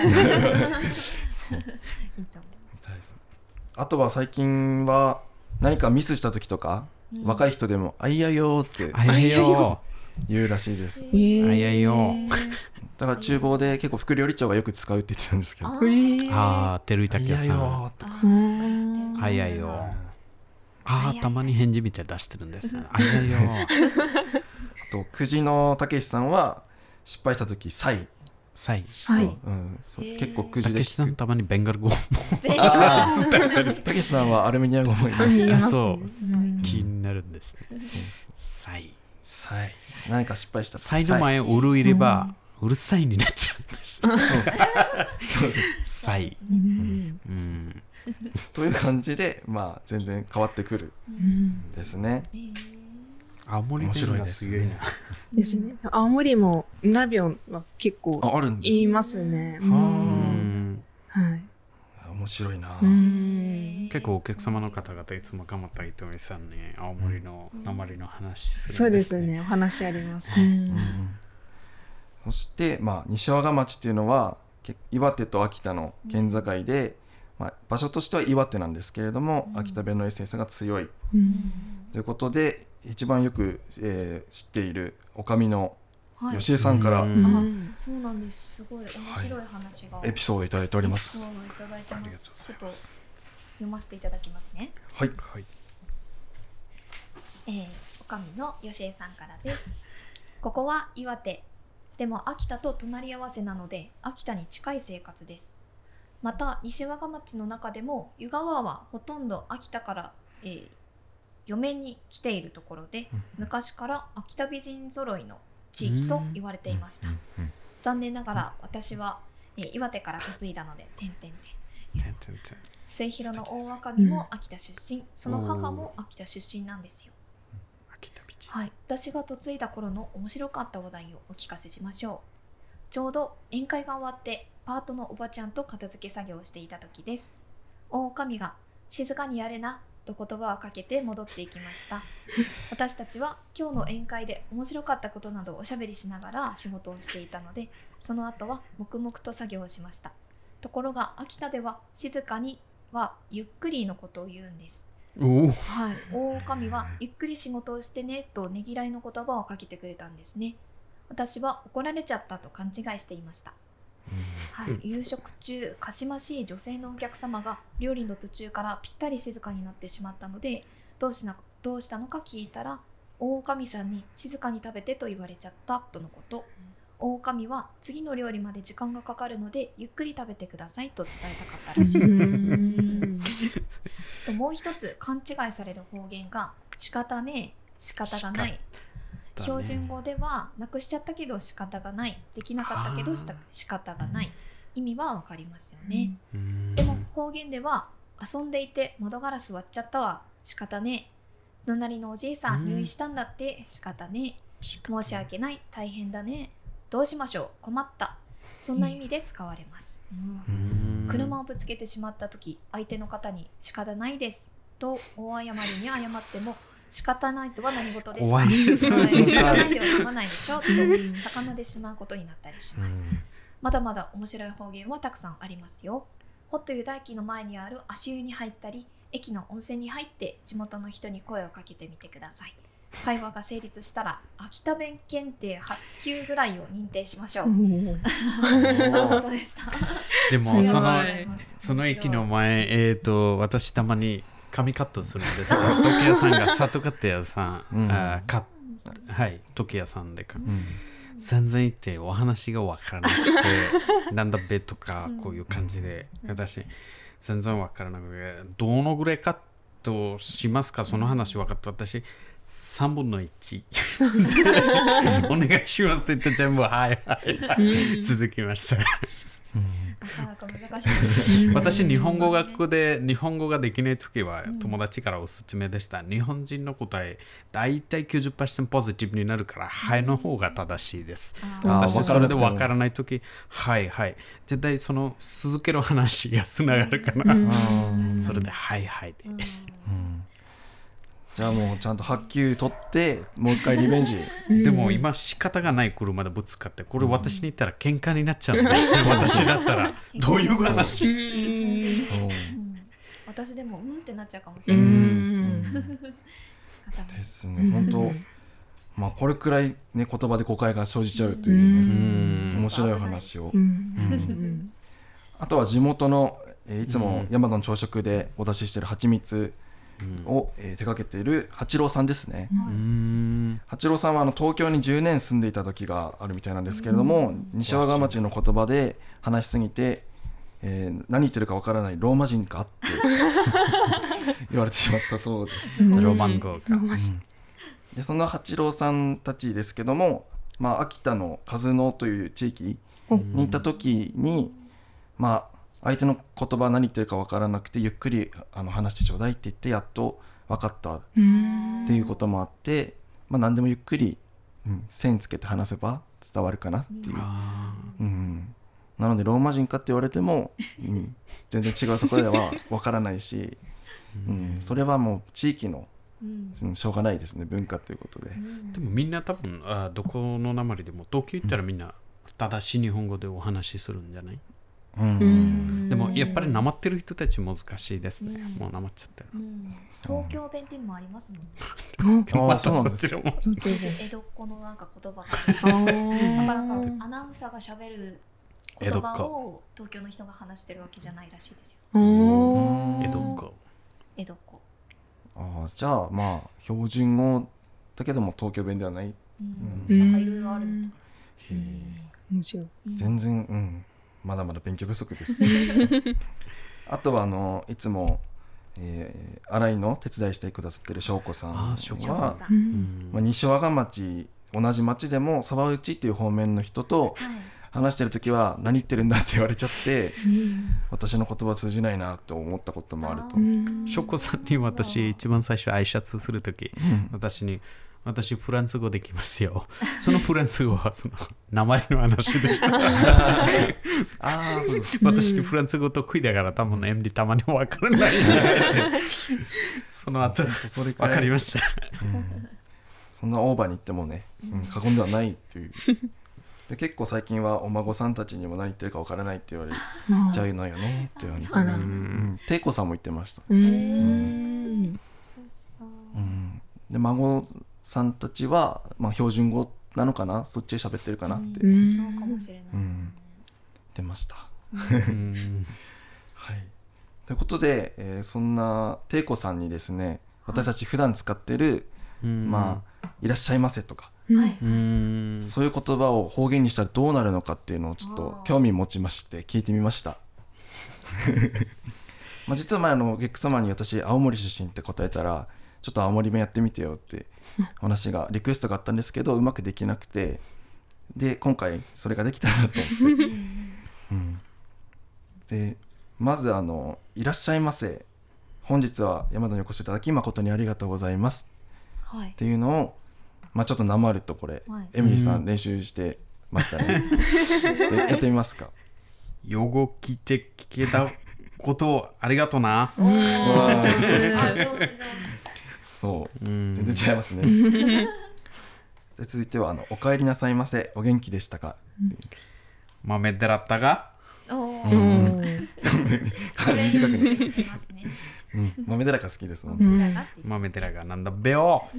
Speaker 3: いいと思
Speaker 1: あとは最近は何かミスした時とか、
Speaker 3: う
Speaker 1: 若い人でも「あいやよ」って
Speaker 2: あやよ
Speaker 1: 言うらしいです。
Speaker 3: へ
Speaker 4: えー
Speaker 2: あいやよ
Speaker 1: だから厨房で結構副料理長がよく使うって言ってたんですけど「
Speaker 3: あ
Speaker 1: あ
Speaker 4: えー
Speaker 2: ああ照井
Speaker 1: いや
Speaker 2: 武也さん
Speaker 1: よ」とか
Speaker 3: あ
Speaker 4: うん
Speaker 2: あやよああたまに返事みたい出してるんですねあやよ
Speaker 1: あと久慈のたけしさんは失敗した時「さい」
Speaker 2: さい
Speaker 4: サイ
Speaker 1: うん、そう
Speaker 3: へー
Speaker 1: 結構久慈で
Speaker 2: たけしさんたまにベンガル語も
Speaker 1: あーたけしさんはアルメニア語もいます。
Speaker 4: 言います
Speaker 2: そう
Speaker 4: うん
Speaker 2: 気になるんですねさい
Speaker 1: さい何か失敗した
Speaker 2: さいの前うるいればうるさいになっちゃうんです
Speaker 1: そうそうそうです
Speaker 2: さい
Speaker 4: うん
Speaker 2: うん
Speaker 1: という感じでまあ全然変わってくる
Speaker 4: うん
Speaker 1: ですね。
Speaker 3: へー
Speaker 2: 青森
Speaker 1: 面白
Speaker 2: 弁が
Speaker 1: いですね
Speaker 2: すげえな
Speaker 4: ですね青森もナビオンは結構
Speaker 1: ああるんです
Speaker 4: 言いますね
Speaker 1: は
Speaker 2: う
Speaker 1: あ
Speaker 2: ん
Speaker 4: はい
Speaker 1: 面白いな。
Speaker 4: うん
Speaker 2: 結構お客様の方々いつも頑張った糸井さんに青森の鉛の話するん
Speaker 4: そうですねお話ありますうん
Speaker 1: うんそして、まあ、西和賀町っていうのはけ岩手と秋田の県境で、まあ、場所としては岩手なんですけれども、秋田弁のエッセンスが強い
Speaker 4: うん
Speaker 1: ということで一番よく、えー知っているおかみの
Speaker 3: はい
Speaker 1: 吉江さんから
Speaker 2: うん
Speaker 4: うん
Speaker 3: そうなんですすごい面白い話が
Speaker 1: エピソードいただいておりま
Speaker 3: エピソ
Speaker 1: す。
Speaker 3: ードいただいて
Speaker 2: あり
Speaker 3: ます
Speaker 2: がとうござい
Speaker 3: ちょっと
Speaker 2: ます
Speaker 3: 読ませていただきますね
Speaker 1: はい、
Speaker 2: はい
Speaker 3: えー、おかみの吉江さんからです。ここは岩手。でも秋田と隣り合わせなので秋田に近い生活です。また西和賀町の中でも湯川はほとんど秋田から、えー、嫁に来ているところで、昔から秋田美人揃いの地域と言われていました。残念ながら私は、えー、岩手から嫁いだので点々点
Speaker 2: てんてんてん
Speaker 3: 末広の大若みも秋田出身、その母も秋田出身なんですよ。
Speaker 2: 秋田美人
Speaker 3: はい、私が嫁いだ頃の面白かった話題をお聞かせしましょう。ちょうど宴会が終わってパートのおばちゃんと片付け作業をしていた時です。大女将が静かにやれなと言葉をかけて戻っていきました。私たちは今日の宴会で面白かったことなどをおしゃべりしながら仕事をしていたので、その後は黙々と作業をしました。ところが秋田では静かにはゆっくりのことを言うんです。
Speaker 2: おお
Speaker 3: はい、大女将はゆっくり仕事をしてねとねぎらいの言葉をかけてくれたんですね。私は怒られちゃったと勘違いしていました。はい、夕食中かしましい女性のお客様が料理の途中からぴったり静かになってしまったので、どうしなどうしたのか聞いたら、大女将さんに静かに食べてと言われちゃったとのこと。大女将は次の料理まで時間がかかるのでゆっくり食べてくださいと伝えたかったらしいですともう一つ勘違いされる方言が仕方ねえ、仕方がない。標準語ではなくしちゃったけど仕方がない、できなかったけどした仕方がない、意味はわかりますよね。でも方言では遊んでいて窓ガラス割っちゃったわ、仕方ねえ、隣のおじいさん入院したんだって仕方ねえ、申し訳ない、大変だね、どうしましょう、困った、そんな意味で使われます。車をぶつけてしまった時、相手の方に仕方ないですと大誤りに謝っても仕方ないとは何事ですか。
Speaker 2: 怖いです
Speaker 3: 仕方ないでは済まないでしょと魚でしまうことになったりします。まだまだ面白い方言はたくさんありますよ。ホット湯大駅の前にある足湯に入ったり、駅の温泉に入って地元の人に声をかけてみてください。会話が成立したら秋田弁検定はち級ぐらいを認定しましょう。なるほどでした。
Speaker 2: でもその
Speaker 4: すごい
Speaker 2: その駅の前、えー、と私たまに紙カットするんですが、時計屋さんが里勝屋さん、
Speaker 1: うん
Speaker 2: あかはい時計屋さんでか、
Speaker 1: うん
Speaker 2: 全然行ってお話が分からなくてなんだべとかこういう感じで、私全然分からなくて、どのぐらいカットしますか、その話分かった。私さんぶんのいちお願いしますと言って全部はいはいはい続きました。
Speaker 3: なかなか難しいですよね。
Speaker 2: 私日本語学校で日本語ができないときは友達からおすすめでした。日本人の答えだいたい きゅうじゅっパーセント ポジティブになるからはいの方が正しいです。
Speaker 3: あ
Speaker 1: ー
Speaker 2: 私それで分からないときはいはい絶対その続ける話がつながるかな、それではいはいで、
Speaker 3: うん
Speaker 1: うんじゃあもうちゃんとはち級取ってもう一回リベンジ。
Speaker 2: でも今仕方がない車でぶつかって、これ私に言ったら喧嘩になっちゃうんですよ、私だったらどういう話。
Speaker 1: そう
Speaker 3: うん私でもうんってなっちゃうかもし
Speaker 4: う
Speaker 3: れないです。
Speaker 4: ん
Speaker 3: 仕方ない。
Speaker 1: ですね。本当まあこれくらいね言葉で誤解が生じちゃうというね、
Speaker 2: うん
Speaker 1: 面白い話を。
Speaker 4: うんうん
Speaker 1: あとは地元の、えーいつも山田の朝食でお出ししている蜂蜜を、えー手掛けている八郎さんですね。
Speaker 2: うーん
Speaker 1: 八郎さんはあの東京にじゅうねん住んでいた時があるみたいなんですけれども、西和賀町の言葉で話しすぎて、えー何言ってるかわからないローマ人かって言われてしまったそうです。
Speaker 4: うん
Speaker 2: ロマン語が
Speaker 4: ロマン語
Speaker 1: でその八郎さんたちですけども、まあ、秋田の鹿角という地域に行った時に、まあ相手の言葉何言ってるか分からなくてゆっくりあの話してちょうだいって言ってやっと分かったっていうこともあって、まあ、何でもゆっくり、うん、線つけて話せば伝わるかなっていう、
Speaker 2: あ
Speaker 1: うん、なのでローマ人かって言われても、うん、全然違うところでは分からないし、うん、それはもう地域の、
Speaker 3: うん
Speaker 1: うん、しょうがないですね、文化ということで。
Speaker 3: うん
Speaker 2: でもみんな多分あどこの訛りでも東京行ったらみんな正しい日本語でお話しするんじゃない、
Speaker 1: うん
Speaker 4: うん
Speaker 2: でもやっぱりなまってる人たち難しいですね、
Speaker 3: うん
Speaker 2: もうなまっちゃってる、
Speaker 3: うん東京弁っていうのもありますもんね。
Speaker 1: あ
Speaker 2: また
Speaker 1: あそうなんです
Speaker 2: そちらも
Speaker 3: 江戸っ子のなんか言葉がある。だからなんかアナウンサーが喋る言葉を東京の人が話してるわけじゃないらしいですよ。
Speaker 2: 江戸っ子
Speaker 3: 江戸っ子。
Speaker 1: ああじゃあまあ標準語だけども東京弁ではない。
Speaker 3: うん
Speaker 1: うん
Speaker 3: なんかいろいろあるみたいです。
Speaker 1: へえ
Speaker 4: 面白い。
Speaker 1: 全然、うん、まだまだ勉強不足です。あとはあのいつも、えー、新井の手伝いしてくださってる翔子さん
Speaker 2: あー翔子
Speaker 1: は、
Speaker 3: さん。
Speaker 2: うん
Speaker 1: まあ、西和賀町同じ町でも沢内っていう方面の人と
Speaker 3: はい。
Speaker 1: 話してる時は何言ってるんだって言われちゃって私の言葉通じないなと思ったこともあると。
Speaker 2: ショコさんに私一番最初挨拶するとき、
Speaker 1: うん
Speaker 2: 私に私フランス語できますよ。そのフランス語はその名前の話でした。
Speaker 1: ああそうです。
Speaker 2: 私フランス語得意だから多分エミリーたまに分からない。その後
Speaker 1: 本当それくらい
Speaker 2: 分かりました。
Speaker 1: うんそんなオーバーに言ってもね、うん、過言ではないっていう。で結構最近はお孫さんたちにも何言ってるかわからないって言われちゃうのよねって言われて、
Speaker 4: あら
Speaker 1: う。ん、テイコさんも言ってました。
Speaker 4: う
Speaker 3: へ
Speaker 4: ん。
Speaker 3: ー
Speaker 1: うん、で孫さんたちは、まあ、標準語なのかな、そっちで喋ってるかなって言
Speaker 3: うんそうかもしれないですね。
Speaker 1: ってました。
Speaker 2: うん
Speaker 1: はい、ということで、えーそんなテイコさんにですね、私たち普段使ってる、まあ、いらっしゃいませとか、
Speaker 3: はい。
Speaker 2: うん
Speaker 1: そういう言葉を方言にしたらどうなるのかっていうのをちょっと興味持ちまして聞いてみました。まあ実は前のお客様に私青森出身って答えたらちょっと青森弁やってみてよって話がリクエストがあったんですけどうまくできなくて、で今回それができたらなと思って、うん、でまずあのいらっしゃいませ、本日は山田にお越しいただき誠にありがとうございます
Speaker 3: はい
Speaker 1: っ。ていうのを、まあ、ちょっとなまるとこれ、
Speaker 3: はい
Speaker 1: エミリーさん練習してましたね。ちょっとやってみますか。
Speaker 2: よごきてきけだことをありがとうな。
Speaker 3: おー、上手
Speaker 1: 上手
Speaker 3: 上手上手。
Speaker 1: そう
Speaker 2: うん
Speaker 1: 全然違いますねで続いてはあの「お帰りなさいませお元気でしたか?」
Speaker 2: 豆でらったが
Speaker 3: お
Speaker 4: う
Speaker 3: ー、
Speaker 4: ん
Speaker 1: かなり短くね、
Speaker 3: 言いますね。
Speaker 1: うん、豆だらか好きですもんね、
Speaker 4: うん
Speaker 3: だがって言って
Speaker 2: 豆でらがなんだべよ。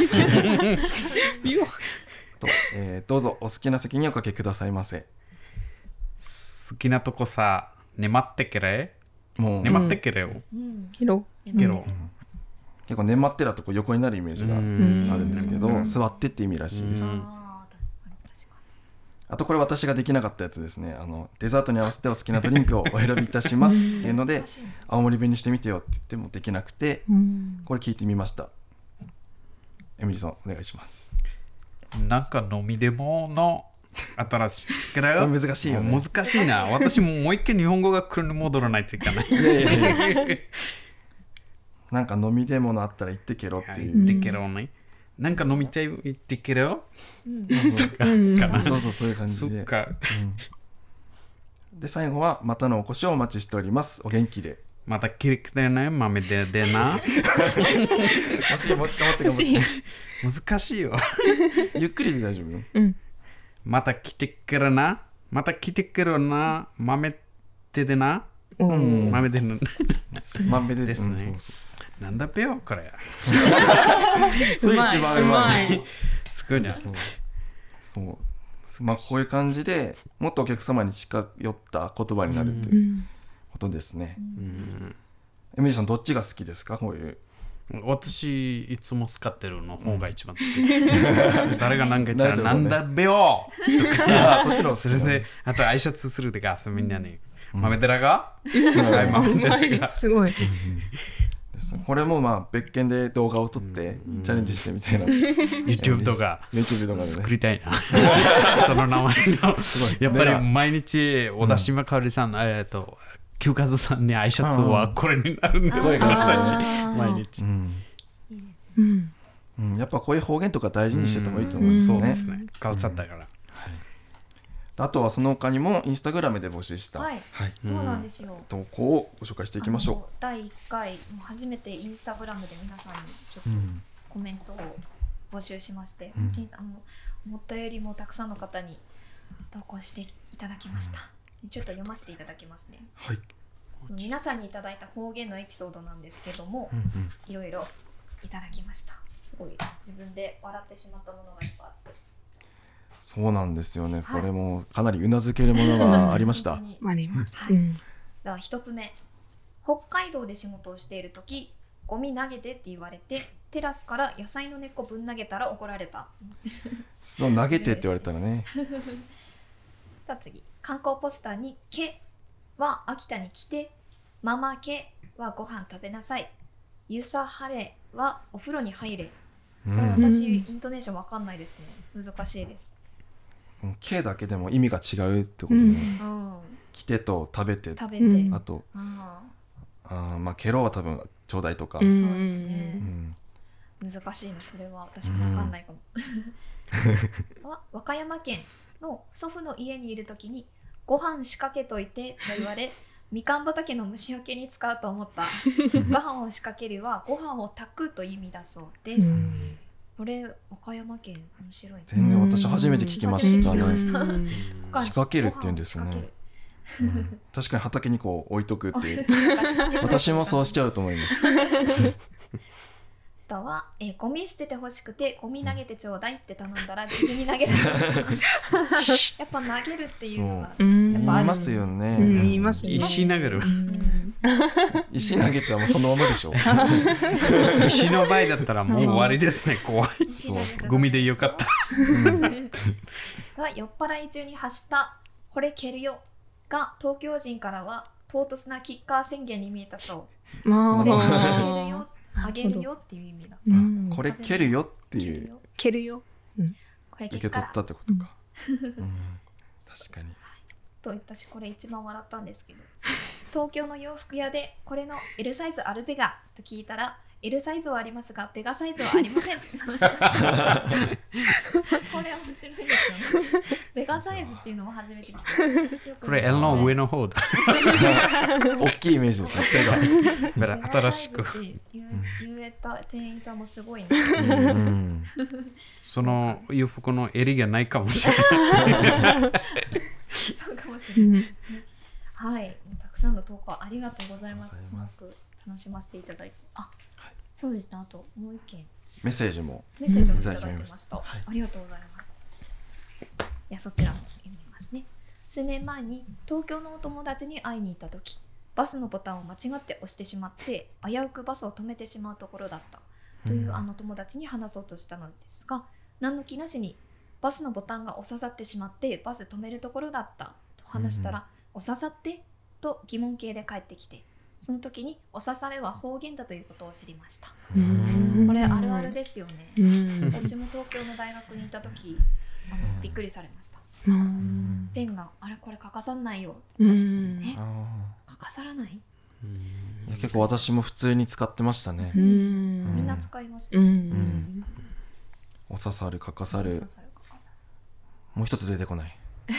Speaker 1: と、えーどうぞお好きな席におかけくださいませ。
Speaker 2: 好きなとこさ、眠ってけれ
Speaker 1: もう、
Speaker 2: 眠ってけれよ。
Speaker 3: うん。
Speaker 4: ケロ
Speaker 2: けど、
Speaker 1: 結構眠ってらとこう横になるイメージがあるんですけど、
Speaker 2: うん
Speaker 1: 座ってって意味らしいです、
Speaker 2: うん
Speaker 3: ああ、確かに確か
Speaker 1: あとこれ私ができなかったやつですね。あのデザートに合わせてお好きなドリンクをお選びいたしますっていうの
Speaker 3: に。
Speaker 1: で
Speaker 3: 難しいな
Speaker 1: 青森弁にしてみてよって言ってもできなくて、
Speaker 4: うん
Speaker 1: これ聞いてみました。エミリーさんお願いします。
Speaker 2: なんか飲みでもの新しいけど
Speaker 1: これ難しいよね
Speaker 2: 難しいな。私ももう一回日本語が来るに戻らないといけない。
Speaker 1: いやいやいやなんか飲みでものあったら言ってけろっていう、
Speaker 2: 言ってけろね。なんか飲みたい言ってけろ
Speaker 3: うん。
Speaker 4: うん
Speaker 2: かな。
Speaker 1: そうそうそういう感じで、
Speaker 2: そっか。
Speaker 1: うんで最後はまたのお越しをお待ちしておりますお元気で。
Speaker 2: また来てね、豆ででな。
Speaker 1: もしもっと頑張って頑張って
Speaker 2: 難しいよ。
Speaker 1: ゆっくりで大丈夫よ。
Speaker 4: うん
Speaker 2: また来てくるな。また来てくるな。豆ってでな。
Speaker 4: うん
Speaker 2: 豆でな。
Speaker 1: まんべで
Speaker 2: ですね
Speaker 1: うんそうそう
Speaker 2: なんだべよ、これ。
Speaker 1: それ一番うまい。
Speaker 2: すごいね。
Speaker 1: そうそうまあこういう感じでもっとお客様に近寄った言葉になると
Speaker 4: う
Speaker 1: いうんことですね。
Speaker 2: うん
Speaker 1: エミリーさんどっちが好きですかこういう。
Speaker 2: 私、いつも使ってるの方が一番好き。誰が何か言ったら、なんだべよ
Speaker 1: あそっちの方が好き
Speaker 2: それで、あと挨拶するでか、みんなに。豆寺がはい、豆寺が。
Speaker 4: すごい
Speaker 1: ですこれもまあ別件で動画を撮ってチャレンジしてみたいな
Speaker 2: YouTube 動画
Speaker 1: YouTube 動画でね
Speaker 2: 作りたいな。その名前の。やっぱり毎日、小田島香織さん、えっと、清和さんに挨拶はこれになるんですよ、
Speaker 3: うん
Speaker 2: 私たち
Speaker 3: あー
Speaker 2: 毎日
Speaker 1: う。ん
Speaker 3: いいですね。
Speaker 4: うん
Speaker 1: うん、やっぱこういう方言とか大事にしてた方がいいと思います
Speaker 2: そう
Speaker 1: ね。
Speaker 2: ですね。変わっちゃったから。
Speaker 1: あとはその他にもインスタグラムで募集した、
Speaker 3: はい
Speaker 1: はい
Speaker 3: そうなんですよ。
Speaker 1: 投稿をご紹介していきましょ
Speaker 3: あのだいいっかい、もう初めてインスタグラムで皆さんにちょっ
Speaker 1: う。
Speaker 3: と
Speaker 1: うん
Speaker 3: コメントを募集しまして、
Speaker 1: うん
Speaker 3: 本当にあの思ったよりもたくさんの方に投稿していただきました。ちょっと読ませていただきますね。
Speaker 1: はい。
Speaker 3: 皆さんにいただいた方言のエピソードなんですけども、
Speaker 1: うんうん
Speaker 3: いろいろいただきました。すごい自分で笑ってしまったものがいっぱいあって。
Speaker 1: そうなんですよね。
Speaker 3: はい
Speaker 1: これもかなりうなずけるものがありました。
Speaker 3: 本当に
Speaker 4: あります
Speaker 3: はい
Speaker 4: うん
Speaker 3: では一つ目、北海道で仕事をしているとき、ゴミ投げてって言われて、テラスから野菜の根っこぶん投げたら怒られた。
Speaker 1: そう投げてって言われたらね。
Speaker 3: さあ次、観光ポスターに「け」は秋田に来て、ママけはご飯食べなさい、ゆさはれはお風呂に入れ。これ
Speaker 1: うん、
Speaker 3: 私、
Speaker 4: うん
Speaker 3: イントネーションわかんないですね。難しいです。
Speaker 1: この K だけでも意味が違うってことで、
Speaker 4: うん
Speaker 3: うん、
Speaker 1: 来てと食べて、
Speaker 3: 食べて、
Speaker 4: うん
Speaker 1: あと
Speaker 3: あ
Speaker 1: あーまあケロは多分ちょうだいとか、
Speaker 4: う
Speaker 1: うん
Speaker 3: そうですね
Speaker 1: ん
Speaker 3: 難しいな、それは私もわかんないかも。は和歌山県の祖父の家にいるときにご飯仕掛けといてと言われ、みかん畑の虫除けに使うと思った。ご飯を仕掛けるはご飯を炊くという意味だそうです。
Speaker 4: うん
Speaker 3: これ和歌山県面白いね。
Speaker 1: 全然私初めて聞きましたね。
Speaker 3: 初めて聞きました
Speaker 4: うん
Speaker 3: ご飯
Speaker 1: 仕掛けるって言うんですね
Speaker 3: ご飯を仕掛
Speaker 1: うん確かに畑にこう置いとくっていう
Speaker 3: ける確かに
Speaker 1: 私もそうしちゃうと思います。
Speaker 3: あとは、えーゴミ捨ててほしくてゴミ投げてちょうだいって頼んだら自分に投げられました。やっぱ投げるっていうのが、
Speaker 4: うん
Speaker 1: 言いますよね。
Speaker 4: うん言いますね
Speaker 2: 石投げる
Speaker 4: う。ん
Speaker 1: 石投げてはもうそのままでしょ。
Speaker 2: 石の場合だったらもう終わりですね、怖い。
Speaker 3: 石投げて
Speaker 2: ゴミでよかった。
Speaker 3: が酔っ払い中に発したこれ蹴るよが東京人からは唐突なキッカー宣言に見えたそう。
Speaker 4: ま
Speaker 3: これ
Speaker 4: あ
Speaker 3: 蹴るよ、あげるよっていう意味だそうう。
Speaker 4: ん
Speaker 1: これ蹴るよっていう
Speaker 3: 蹴るよ、
Speaker 4: 蹴るよ
Speaker 3: これ蹴
Speaker 1: 受け
Speaker 3: っから
Speaker 1: 取ったってことか。うん確かに。
Speaker 3: と私これ一番笑ったんですけど、 東京の洋服屋でこれの エル サイズあるベガと聞いたら エル サイズはありますがベガサイズはありません。これ面白いですよね。ベガサイズっていうのも初めて聞いた。
Speaker 2: これ L の上の方だ。
Speaker 1: 大きいイメージですね。
Speaker 2: だから新しく。
Speaker 3: 言えた店員さんもすごいね。
Speaker 1: うん、
Speaker 2: その洋服の襟がないかもしれない。
Speaker 3: そうかもしれないですね。はい、たくさんの投稿ありがとうございます。すごく楽しませていただいて、あ、はい、そうですね。あともう一件
Speaker 1: メッセージも
Speaker 3: メッセージをいただいてました。
Speaker 1: はい、
Speaker 3: ありがとうございます。いやそちらも読みますね。数年前に東京のお友達に会いに行った時、バスのボタンを間違って押してしまって危うくバスを止めてしまうところだったという、うん、あの友達に話そうとしたのですが、何の気なしにバスのボタンが押ささってしまってバス止めるところだったと話したら、うん、おささってと疑問形で返ってきて、その時におさされは方言だということを知りました。これあるあるですよね。私も東京の大学にいた時あのびっくりされました。ペンがあれこれ書かさないよ、え書かさらない。い
Speaker 1: や結構私も普通に使ってましたね。
Speaker 3: みんな使いますよね。
Speaker 1: おささる書かさる、もう一つ出てこない、うん、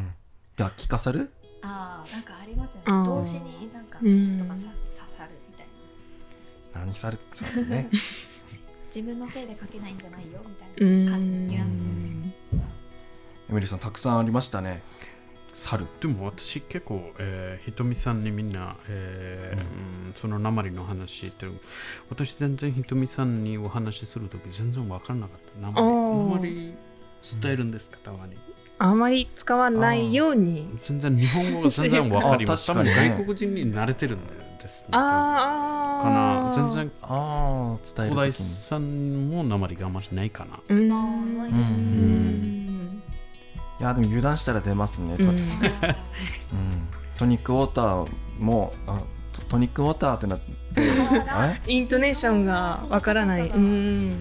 Speaker 1: 楽器かさる。
Speaker 3: ああ、なんかありますよね。動詞になんかとかさ、ささるみたい
Speaker 1: な。何さるってさるね。
Speaker 3: 自分のせいで書けないんじゃないよみたいな感じのニュアンスですね。
Speaker 1: エミリーさんたくさんありましたね。猿。
Speaker 2: でも私結構、えー、ひとみさんにみんな、えーうん、その訛りの話って私全然ひとみさんにお話しするとき全然分からなかった。訛り伝えるんですか、たまに。
Speaker 4: あまり使わないように。
Speaker 2: 全然日本語が全然分かります。多分外国人に慣れてるんですね。ああ。かな。全然。
Speaker 1: ああ、伝える時に。
Speaker 2: 小田さんも訛りがあまりないかな。
Speaker 3: うん。ないですね。
Speaker 1: いやでも油断したら出ますね。うんうん、トニックウォーターもあ ト, トニックウォーターってなって
Speaker 4: イントネーションがわからない。うん。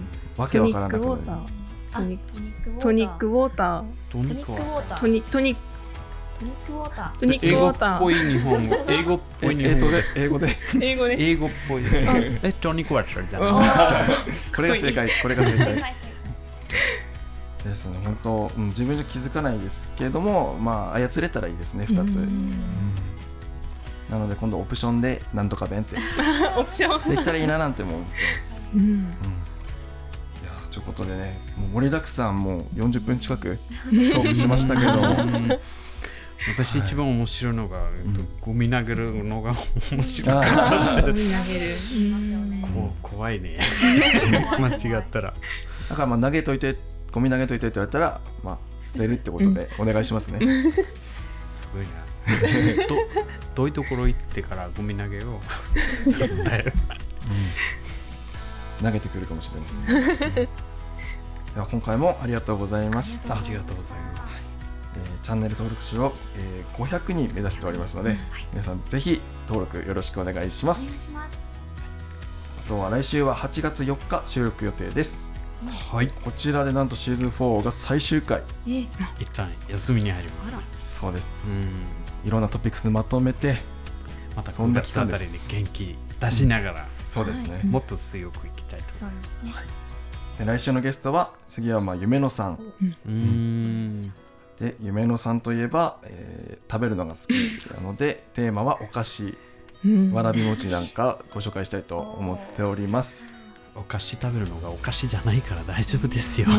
Speaker 1: わけわからなくなる。
Speaker 4: トニックウォーター。
Speaker 3: トニックウォーター。
Speaker 4: トニトニ
Speaker 3: トニックウォーター。
Speaker 4: トニックウォーター。
Speaker 2: 英語っぽい日本語。英語っぽい日本語。
Speaker 1: 英語で。
Speaker 4: 英語で。
Speaker 2: 英語っぽい。え、トニックウォーターじゃない。
Speaker 1: これが正解。これが正解。ですね。本当、うん、自分じゃ気づかないですけども、まあ操れたらいいですね。二つ。なので今度オプションでなんとか弁って
Speaker 4: オプション
Speaker 1: できたらいいななんて思ってます。うん。うん、いやということでね、もう盛りだくさんもうよんじゅっぷん近くトークしましたけども。
Speaker 2: 私一番面白いのが、はい、ゴミ投げるのが面白かった。
Speaker 4: ゴミ投げる。
Speaker 2: 怖いね。間違ったら。
Speaker 1: だからまあ投げといて、ゴミ投げといてって言われたら、まあ捨てるってことでお願いしますね。
Speaker 2: すごいな。ど, どういうところ行ってからゴミ投げを伝える。
Speaker 1: 投げてくるかもしれない。では今回もありがとうございました。
Speaker 2: ありがとうございます。
Speaker 1: えー、チャンネル登録者を、えー、ごひゃくにん目指しておりますので、はい、皆さんぜひ登録よろしくお願いします。
Speaker 3: お願いします。
Speaker 1: あとは来週ははちがつよっか収録予定です。
Speaker 2: はい。
Speaker 1: こちらでなんとシーズンフォーが最終回。
Speaker 3: え
Speaker 2: 一旦休みに入ります、ね。
Speaker 1: そうです。うん。いろんなトピックスまとめて、
Speaker 2: また今月あたりに元気出しながら、うん、
Speaker 1: そうですね。
Speaker 2: もっと強くいきたいと思います。
Speaker 3: そうですね。
Speaker 1: はい。で来週のゲストは杉山夢乃さん。
Speaker 2: うん。
Speaker 1: で夢乃さんといえば、えー、食べるのが好きなのでテーマはお菓子、わらび餅なんかご紹介したいと思っております。
Speaker 2: お菓子食べるのがお菓子じゃないから大丈夫ですよ。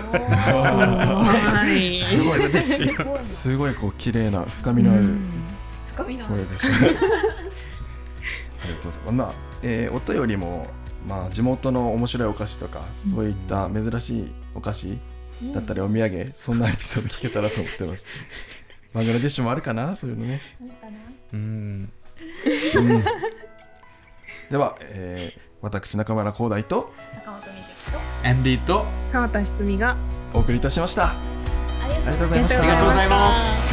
Speaker 1: すごいですよ。すごいこう綺麗な深みのある声でした。ありがとうございます。まあ、えー、お便りもまあ地元の面白いお菓子とかそういった珍しいお菓子だったりお土産、そんなエピソード聞けたらと思ってます。バングラデシュもあるかな、そういうのね。
Speaker 2: うん。
Speaker 1: うん、では、えー、私中村光大と
Speaker 3: 坂本美月と
Speaker 2: アンディと
Speaker 4: 川田ひとみが
Speaker 1: お送りいたしました。
Speaker 3: ありがとうございました。
Speaker 2: ありがとうございます。